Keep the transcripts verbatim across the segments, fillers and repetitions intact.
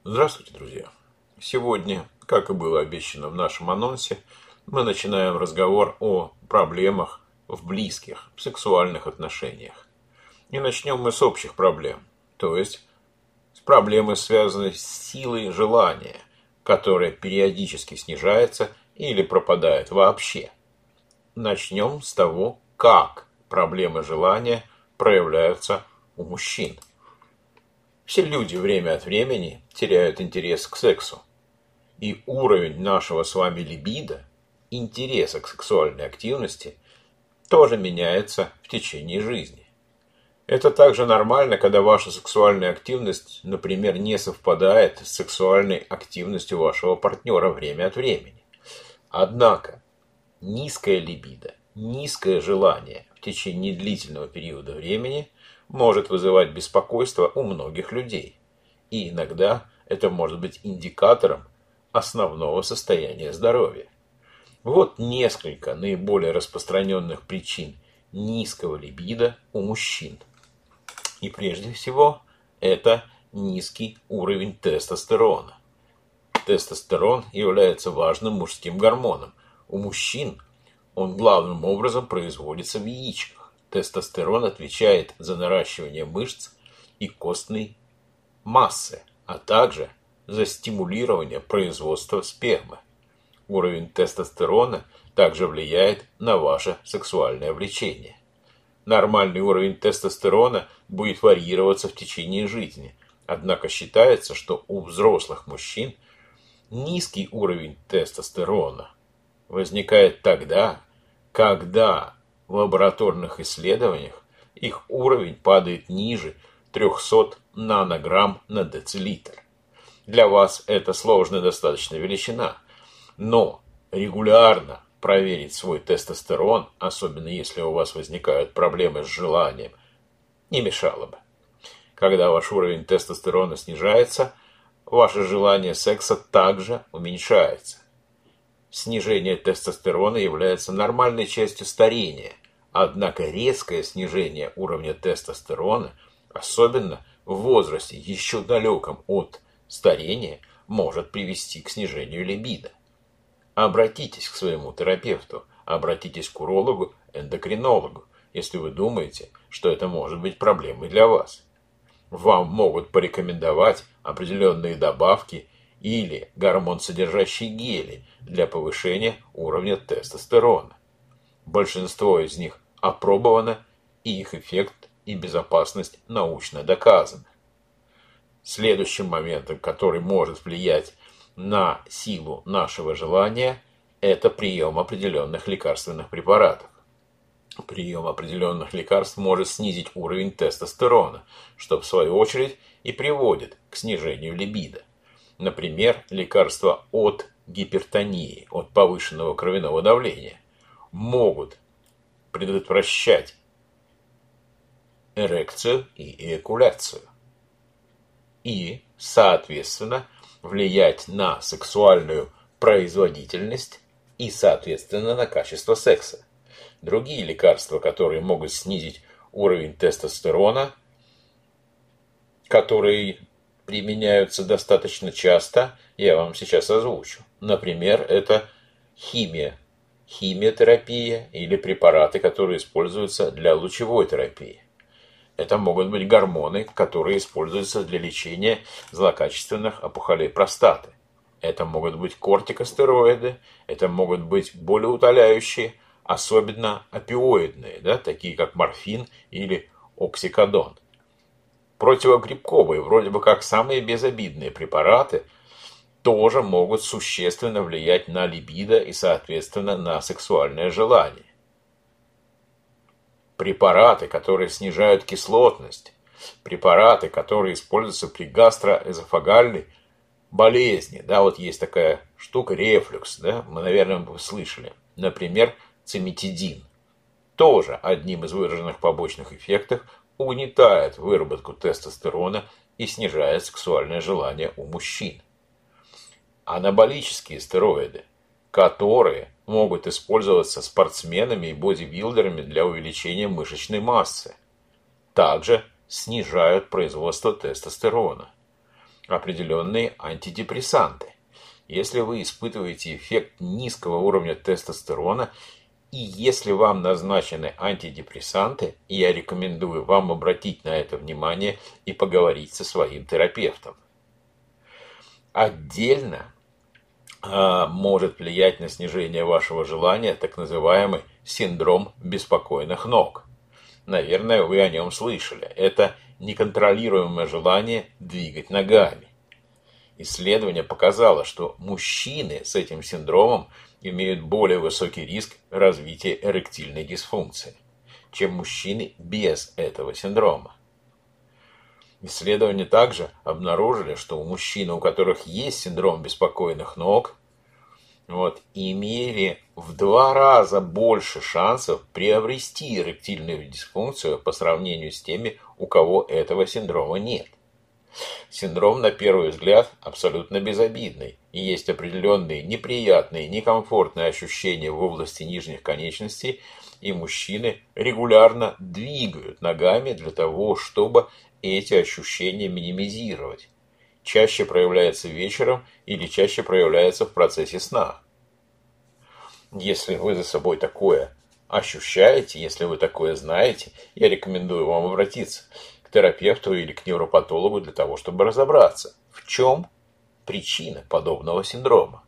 Здравствуйте, друзья! Сегодня, как и было обещано в нашем анонсе, мы начинаем разговор о проблемах в близких сексуальных отношениях. И начнем мы с общих проблем, то есть с проблемы, связанной с силой желания, которая периодически снижается или пропадает вообще. Начнем с того, как проблемы желания проявляются у мужчин. Все люди время от времени теряют интерес к сексу. И уровень нашего с вами либидо, интереса к сексуальной активности, тоже меняется в течение жизни. Это также нормально, когда ваша сексуальная активность, например, не совпадает с сексуальной активностью вашего партнера время от времени. Однако, низкая либидо, низкое желание в течение длительного периода времени может вызывать беспокойство у многих людей. И иногда это может быть индикатором основного состояния здоровья. Вот несколько наиболее распространенных причин низкого либидо у мужчин. И прежде всего, это низкий уровень тестостерона. Тестостерон является важным мужским гормоном. У мужчин он главным образом производится в яичках. Тестостерон отвечает за наращивание мышц и костной массы, а также за стимулирование производства спермы. Уровень тестостерона также влияет на ваше сексуальное влечение. Нормальный уровень тестостерона будет варьироваться в течение жизни, однако считается, что у взрослых мужчин низкий уровень тестостерона возникает тогда, когда в лабораторных исследованиях их уровень падает ниже триста нанограмм на децилитр. Для вас это сложная достаточно величина, но регулярно проверить свой тестостерон, особенно если у вас возникают проблемы с желанием, не мешало бы. Когда ваш уровень тестостерона снижается, ваше желание секса также уменьшается. Снижение тестостерона является нормальной частью старения, однако резкое снижение уровня тестостерона, особенно в возрасте, еще далеком от старения, может привести к снижению либидо. Обратитесь к своему терапевту, обратитесь к урологу, эндокринологу, если вы думаете, что это может быть проблемой для вас. Вам могут порекомендовать определенные добавки или гормон-содержащие гели для повышения уровня тестостерона. Большинство из них опробовано, и их эффект и безопасность научно доказаны. Следующим моментом, который может влиять на силу нашего желания, это прием определенных лекарственных препаратов. Прием определенных лекарств может снизить уровень тестостерона, что в свою очередь и приводит к снижению либидо. Например, лекарства от гипертонии, от повышенного кровяного давления, могут предотвращать эрекцию и эякуляцию и, соответственно, влиять на сексуальную производительность и, соответственно, на качество секса. Другие лекарства, которые могут снизить уровень тестостерона, которые применяются достаточно часто, я вам сейчас озвучу. Например, это химия, химиотерапия или препараты, которые используются для лучевой терапии. Это могут быть гормоны, которые используются для лечения злокачественных опухолей простаты. Это могут быть кортикостероиды, это могут быть болеутоляющие, особенно опиоидные, да, такие как морфин или оксикодон. Противогрибковые, вроде бы как самые безобидные препараты, тоже могут существенно влиять на либидо и, соответственно, на сексуальное желание. Препараты, которые снижают кислотность, препараты, которые используются при гастроэзофагальной болезни, да, вот есть такая штука рефлюкс, да, мы, наверное, вы слышали, например, циметидин, тоже одним из выраженных побочных эффектов угнетает выработку тестостерона и снижает сексуальное желание у мужчин. Анаболические стероиды, которые могут использоваться спортсменами и бодибилдерами для увеличения мышечной массы, также снижают производство тестостерона. определенные антидепрессанты. Если вы испытываете эффект низкого уровня тестостерона, и если вам назначены антидепрессанты, я рекомендую вам обратить на это внимание и поговорить со своим терапевтом. Отдельно а, может влиять на снижение вашего желания так называемый синдром беспокойных ног. Наверное, вы о нем слышали. Это неконтролируемое желание двигать ногами. Исследование показало, что мужчины с этим синдромом имеют более высокий риск развития эректильной дисфункции, чем мужчины без этого синдрома. Исследования также обнаружили, что у мужчин, у которых есть синдром беспокойных ног, вот, имели в два раза больше шансов приобрести эректильную дисфункцию по сравнению с теми, у кого этого синдрома нет. Синдром, на первый взгляд, абсолютно безобидный, и есть определенные неприятные, некомфортные ощущения в области нижних конечностей, и мужчины регулярно двигают ногами для того, чтобы эти ощущения минимизировать. Чаще проявляется вечером или чаще проявляется в процессе сна. Если вы за собой такое ощущаете, если вы такое знаете, я рекомендую вам обратиться к терапевту или к невропатологу для того, чтобы разобраться, в чем причина подобного синдрома.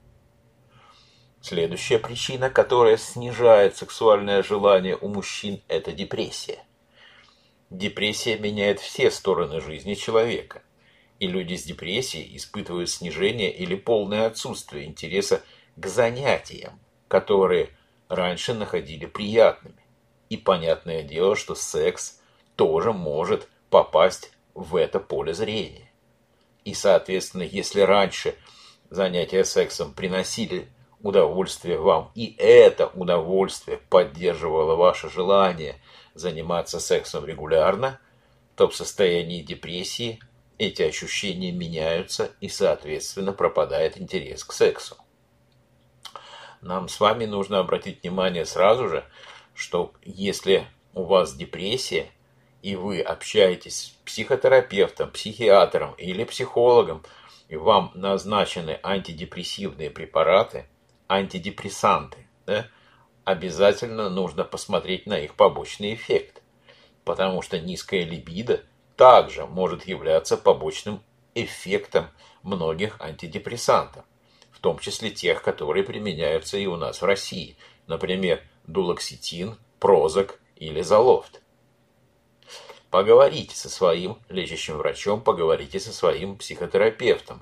Следующая причина, которая снижает сексуальное желание у мужчин, это депрессия. Депрессия меняет все стороны жизни человека, и люди с депрессией испытывают снижение или полное отсутствие интереса к занятиям, которые раньше находили приятными. И понятное дело, что секс тоже может попасть в это поле зрения. И, соответственно, если раньше занятия сексом приносили удовольствие вам, и это удовольствие поддерживало ваше желание заниматься сексом регулярно, то в состоянии депрессии эти ощущения меняются, и, соответственно, пропадает интерес к сексу. Нам с вами нужно обратить внимание сразу же, что если у вас депрессия, и вы общаетесь с психотерапевтом, психиатром или психологом, и вам назначены антидепрессивные препараты, антидепрессанты, да, обязательно нужно посмотреть на их побочный эффект, потому что низкая либидо также может являться побочным эффектом многих антидепрессантов, в том числе тех, которые применяются и у нас в России, например, дулоксетин, прозак или золофт. Поговорите со своим лечащим врачом, поговорите со своим психотерапевтом.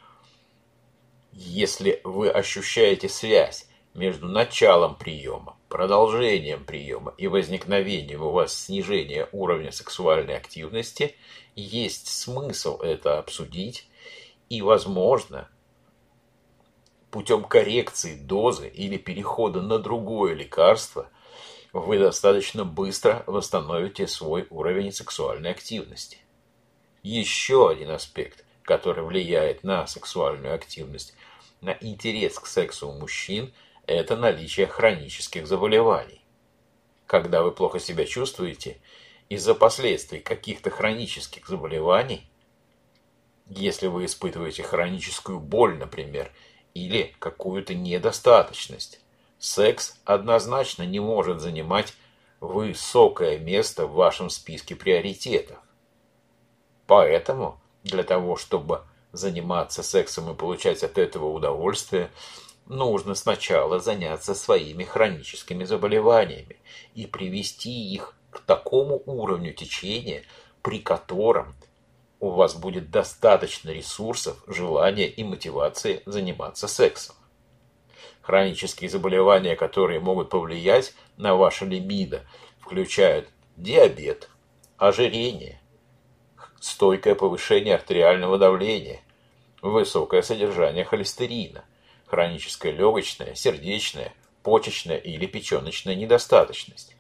Если вы ощущаете связь между началом приема, продолжением приема и возникновением у вас снижения уровня сексуальной активности, есть смысл это обсудить, и, возможно, путем коррекции дозы или перехода на другое лекарство вы достаточно быстро восстановите свой уровень сексуальной активности. Еще один аспект, который влияет на сексуальную активность, на интерес к сексу у мужчин, это наличие хронических заболеваний. Когда вы плохо себя чувствуете из-за последствий каких-то хронических заболеваний, если вы испытываете хроническую боль, например, или какую-то недостаточность, секс однозначно не может занимать высокое место в вашем списке приоритетов. Поэтому для того, чтобы заниматься сексом и получать от этого удовольствие, нужно сначала заняться своими хроническими заболеваниями и привести их к такому уровню течения, при котором у вас будет достаточно ресурсов, желания и мотивации заниматься сексом. Хронические заболевания, которые могут повлиять на ваше либидо, включают диабет, ожирение, стойкое повышение артериального давления, высокое содержание холестерина, хроническая легочная, сердечная, почечная или печеночная недостаточность.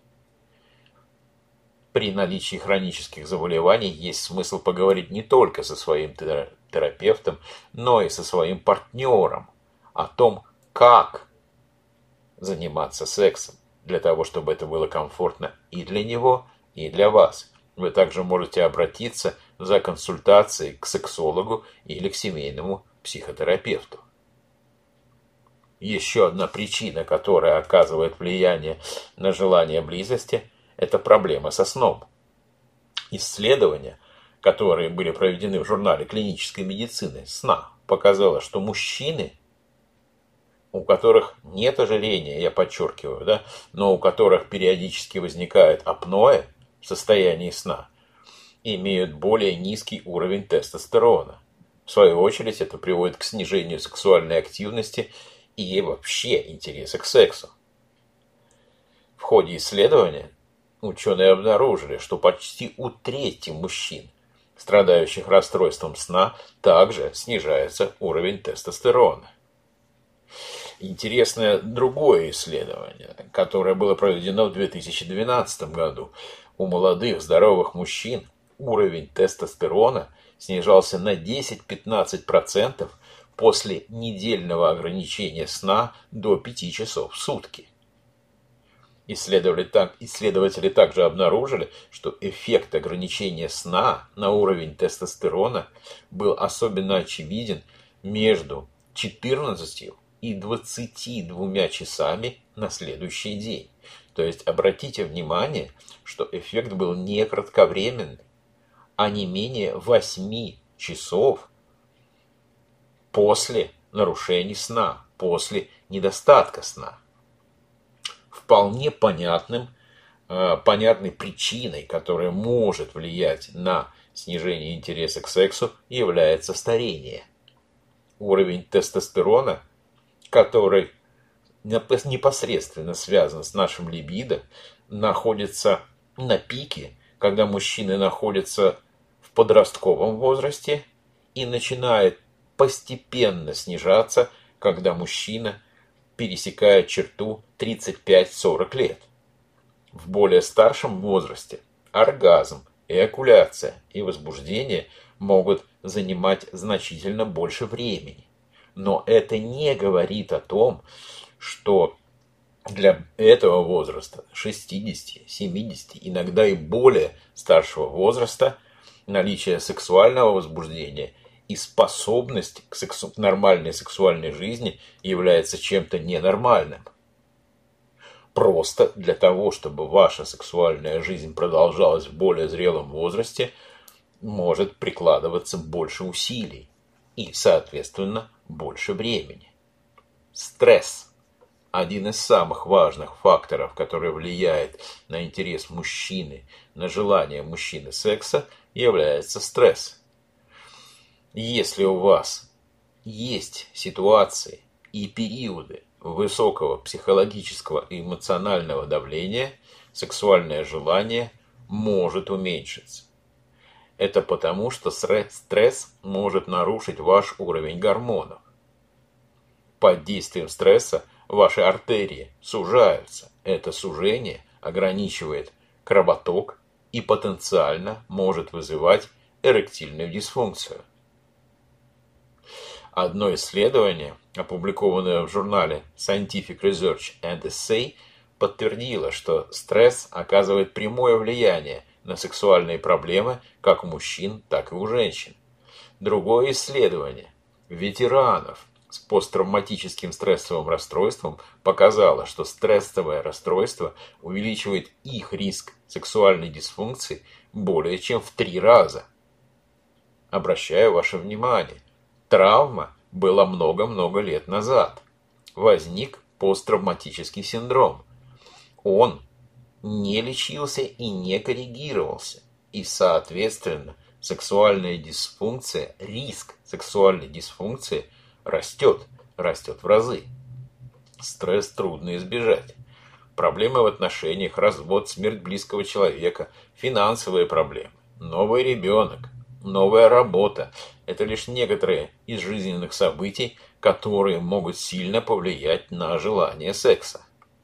При наличии хронических заболеваний есть смысл поговорить не только со своим терапевтом, но и со своим партнером о том, как заниматься сексом, для того, чтобы это было комфортно и для него, и для вас. Вы также можете обратиться за консультацией к сексологу или к семейному психотерапевту. Еще одна причина, которая оказывает влияние на желание близости, это проблемы со сном. Исследования, которые были проведены в журнале клинической медицины сна, показало, что мужчины, у которых нет ожирения, я подчеркиваю, да, но у которых периодически возникает апноэ в состоянии сна, имеют более низкий уровень тестостерона. В свою очередь, это приводит к снижению сексуальной активности и вообще интереса к сексу. В ходе исследования ученые обнаружили, что почти у трети мужчин, страдающих расстройством сна, также снижается уровень тестостерона. Интересное другое исследование, которое было проведено в две тысячи двенадцатом году. У молодых здоровых мужчин уровень тестостерона снижался на десять-пятнадцать процентов после недельного ограничения сна до пяти часов в сутки. Исследователи, так, исследователи также обнаружили, что эффект ограничения сна на уровень тестостерона был особенно очевиден между четырнадцатью и двадцатью двумя часами на следующий день. То есть обратите внимание, что эффект был не кратковременный, а не менее восьми часов после нарушений сна, после недостатка сна. Вполне понятным, э, понятной причиной, которая может влиять на снижение интереса к сексу, является старение. Уровень тестостерона, который непосредственно связан с нашим либидо, находится на пике, когда мужчины находятся в подростковом возрасте и начинает постепенно снижаться, когда мужчина пересекает черту тридцать пять сорок лет. В более старшем возрасте оргазм, эякуляция и возбуждение могут занимать значительно больше времени. Но это не говорит о том, что для этого возраста, шестидесяти, семидесяти, иногда и более старшего возраста, наличие сексуального возбуждения и способность к, сексу... к нормальной сексуальной жизни является чем-то ненормальным. Просто для того, чтобы ваша сексуальная жизнь продолжалась в более зрелом возрасте, может прикладываться больше усилий и, соответственно, больше времени. Стресс – один из самых важных факторов, который влияет на интерес мужчины, на желание мужчины секса, является стресс. Если у вас есть ситуации и периоды высокого психологического и эмоционального давления, сексуальное желание может уменьшиться. Это потому, что стресс может нарушить ваш уровень гормонов. Под действием стресса ваши артерии сужаются. Это сужение ограничивает кровоток и потенциально может вызывать эректильную дисфункцию. Одно исследование, опубликованное в журнале Scientific Research and Essay, подтвердило, что стресс оказывает прямое влияние на сексуальные проблемы как у мужчин, так и у женщин. Другое исследование ветеранов с посттравматическим стрессовым расстройством показало, что стрессовое расстройство увеличивает их риск сексуальной дисфункции более чем в три раза. Обращаю ваше внимание, травма была много-много лет назад. Возник посттравматический синдром. Он не лечился и не коррегировался. И, соответственно, сексуальная дисфункция, риск сексуальной дисфункции растет, растет в разы. Стресс трудно избежать. Проблемы в отношениях, развод, смерть близкого человека, финансовые проблемы, новый ребенок, новая работа – это лишь некоторые из жизненных событий, которые могут сильно повлиять на желание секса.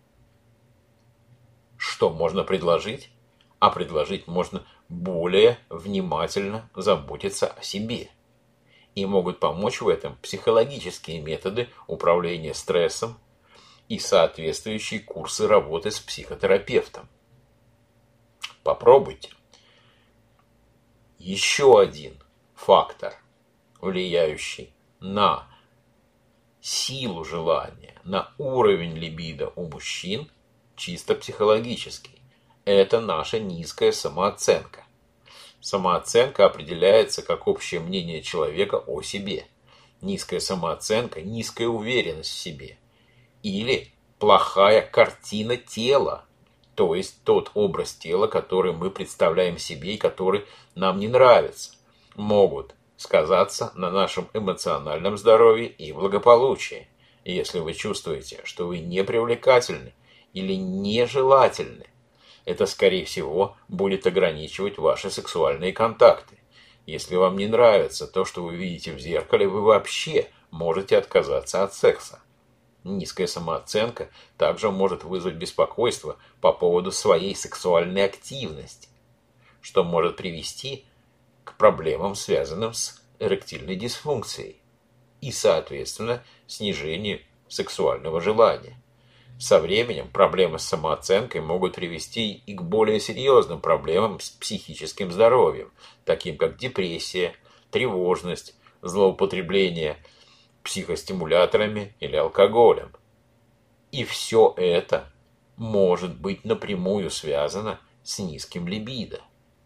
Что можно предложить? А предложить можно более внимательно заботиться о себе. И могут помочь в этом психологические методы управления стрессом и соответствующие курсы работы с психотерапевтом. Попробуйте. Еще один фактор, влияющий на силу желания, на уровень либидо у мужчин, чисто психологический. Это наша низкая самооценка. Самооценка определяется как общее мнение человека о себе. Низкая самооценка, низкая уверенность в себе. Или плохая картина тела, то есть тот образ тела, который мы представляем себе и который нам не нравится, могут сказаться на нашем эмоциональном здоровье и благополучии. Если вы чувствуете, что вы непривлекательны или нежелательны, это, скорее всего, будет ограничивать ваши сексуальные контакты. Если вам не нравится то, что вы видите в зеркале, вы вообще можете отказаться от секса. Низкая самооценка также может вызвать беспокойство по поводу своей сексуальной активности, что может привести к проблемам, связанным с эректильной дисфункцией и, соответственно, снижению сексуального желания. Со временем проблемы с самооценкой могут привести и к более серьезным проблемам с психическим здоровьем, таким как депрессия, тревожность, злоупотребление психостимуляторами или алкоголем. И все это может быть напрямую связано с низким либидо.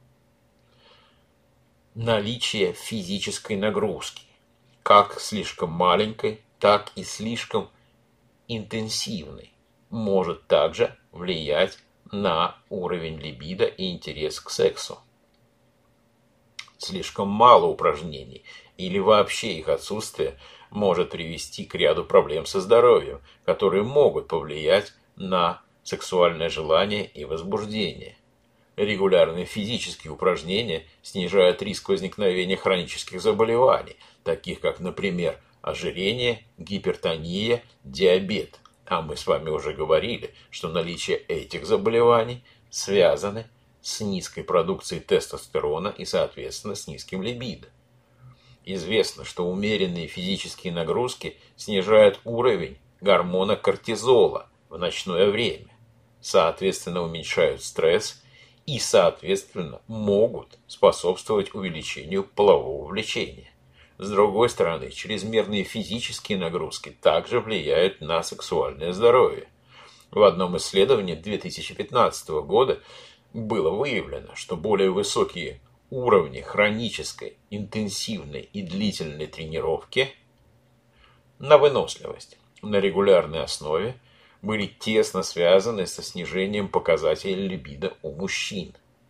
Наличие физической нагрузки, как слишком маленькой, так и слишком интенсивной, может также влиять на уровень либидо и интерес к сексу. Слишком мало упражнений или вообще их отсутствие может привести к ряду проблем со здоровьем, которые могут повлиять на сексуальное желание и возбуждение. Регулярные физические упражнения снижают риск возникновения хронических заболеваний, таких как, например, ожирение, гипертония, диабет. А мы с вами уже говорили, что наличие этих заболеваний связаны с низкой продукцией тестостерона и, соответственно, с низким либидо. Известно, что умеренные физические нагрузки снижают уровень гормона кортизола в ночное время, соответственно, уменьшают стресс и, соответственно, могут способствовать увеличению полового влечения. С другой стороны, чрезмерные физические нагрузки также влияют на сексуальное здоровье. В одном исследовании две тысячи пятнадцатого года было выявлено, что более высокие уровни хронической, интенсивной и длительной тренировки на выносливость на регулярной основе были тесно связаны со снижением показателей либидо у мужчин.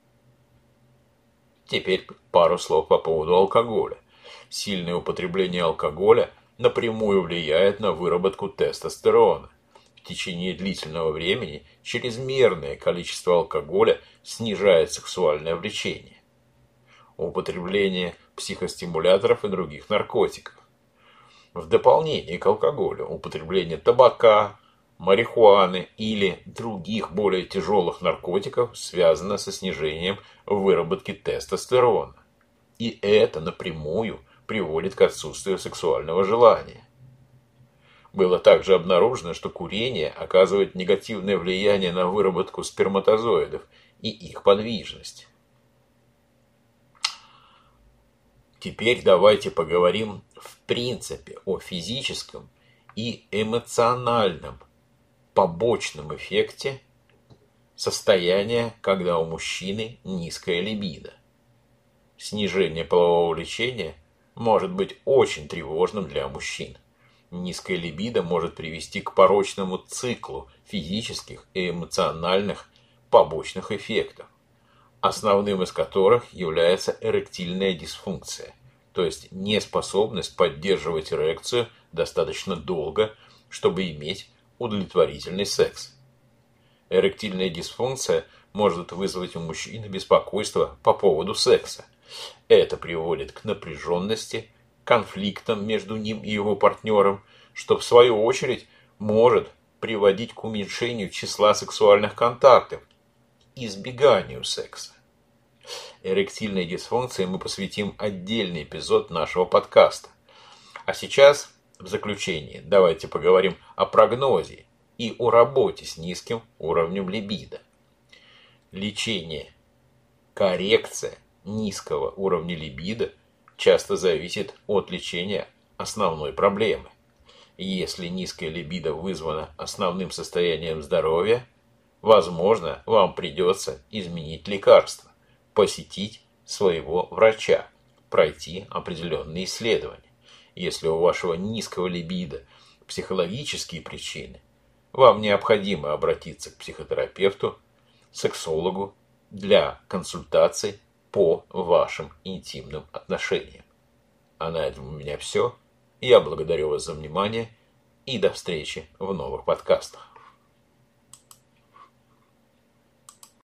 Теперь пару слов по поводу алкоголя. Сильное употребление алкоголя напрямую влияет на выработку тестостерона. В течение длительного времени чрезмерное количество алкоголя снижает сексуальное влечение. Употребление психостимуляторов и других наркотиков. В дополнение к алкоголю, употребление табака, марихуаны или других более тяжелых наркотиков связано со снижением выработки тестостерона. И это напрямую приводит к отсутствию сексуального желания. Было также обнаружено, что курение оказывает негативное влияние на выработку сперматозоидов и их подвижность. Теперь давайте поговорим в принципе о физическом и эмоциональном побочном эффекте состояния, когда у мужчины низкая либидо. Снижение полового влечения может быть очень тревожным для мужчин. Низкая либидо может привести к порочному циклу физических и эмоциональных побочных эффектов, основным из которых является эректильная дисфункция, то есть неспособность поддерживать эрекцию достаточно долго, чтобы иметь удовлетворительный секс. Эректильная дисфункция может вызвать у мужчины беспокойство по поводу секса. Это приводит к напряженности, конфликтам между ним и его партнером, что в свою очередь может приводить к уменьшению числа сексуальных контактов, избеганию секса. Эректильной дисфункции мы посвятим отдельный эпизод нашего подкаста. А сейчас, в заключение, давайте поговорим о прогнозе и о работе с низким уровнем либидо. Лечение, коррекция низкого уровня либидо часто зависит от лечения основной проблемы. Если низкая либидо вызвана основным состоянием здоровья, возможно, вам придется изменить лекарство, посетить своего врача, пройти определенные исследования. Если у вашего низкого либидо психологические причины, вам необходимо обратиться к психотерапевту, сексологу для консультаций по вашим интимным отношениям. А на этом у меня все. Я благодарю вас за внимание и до встречи в новых подкастах.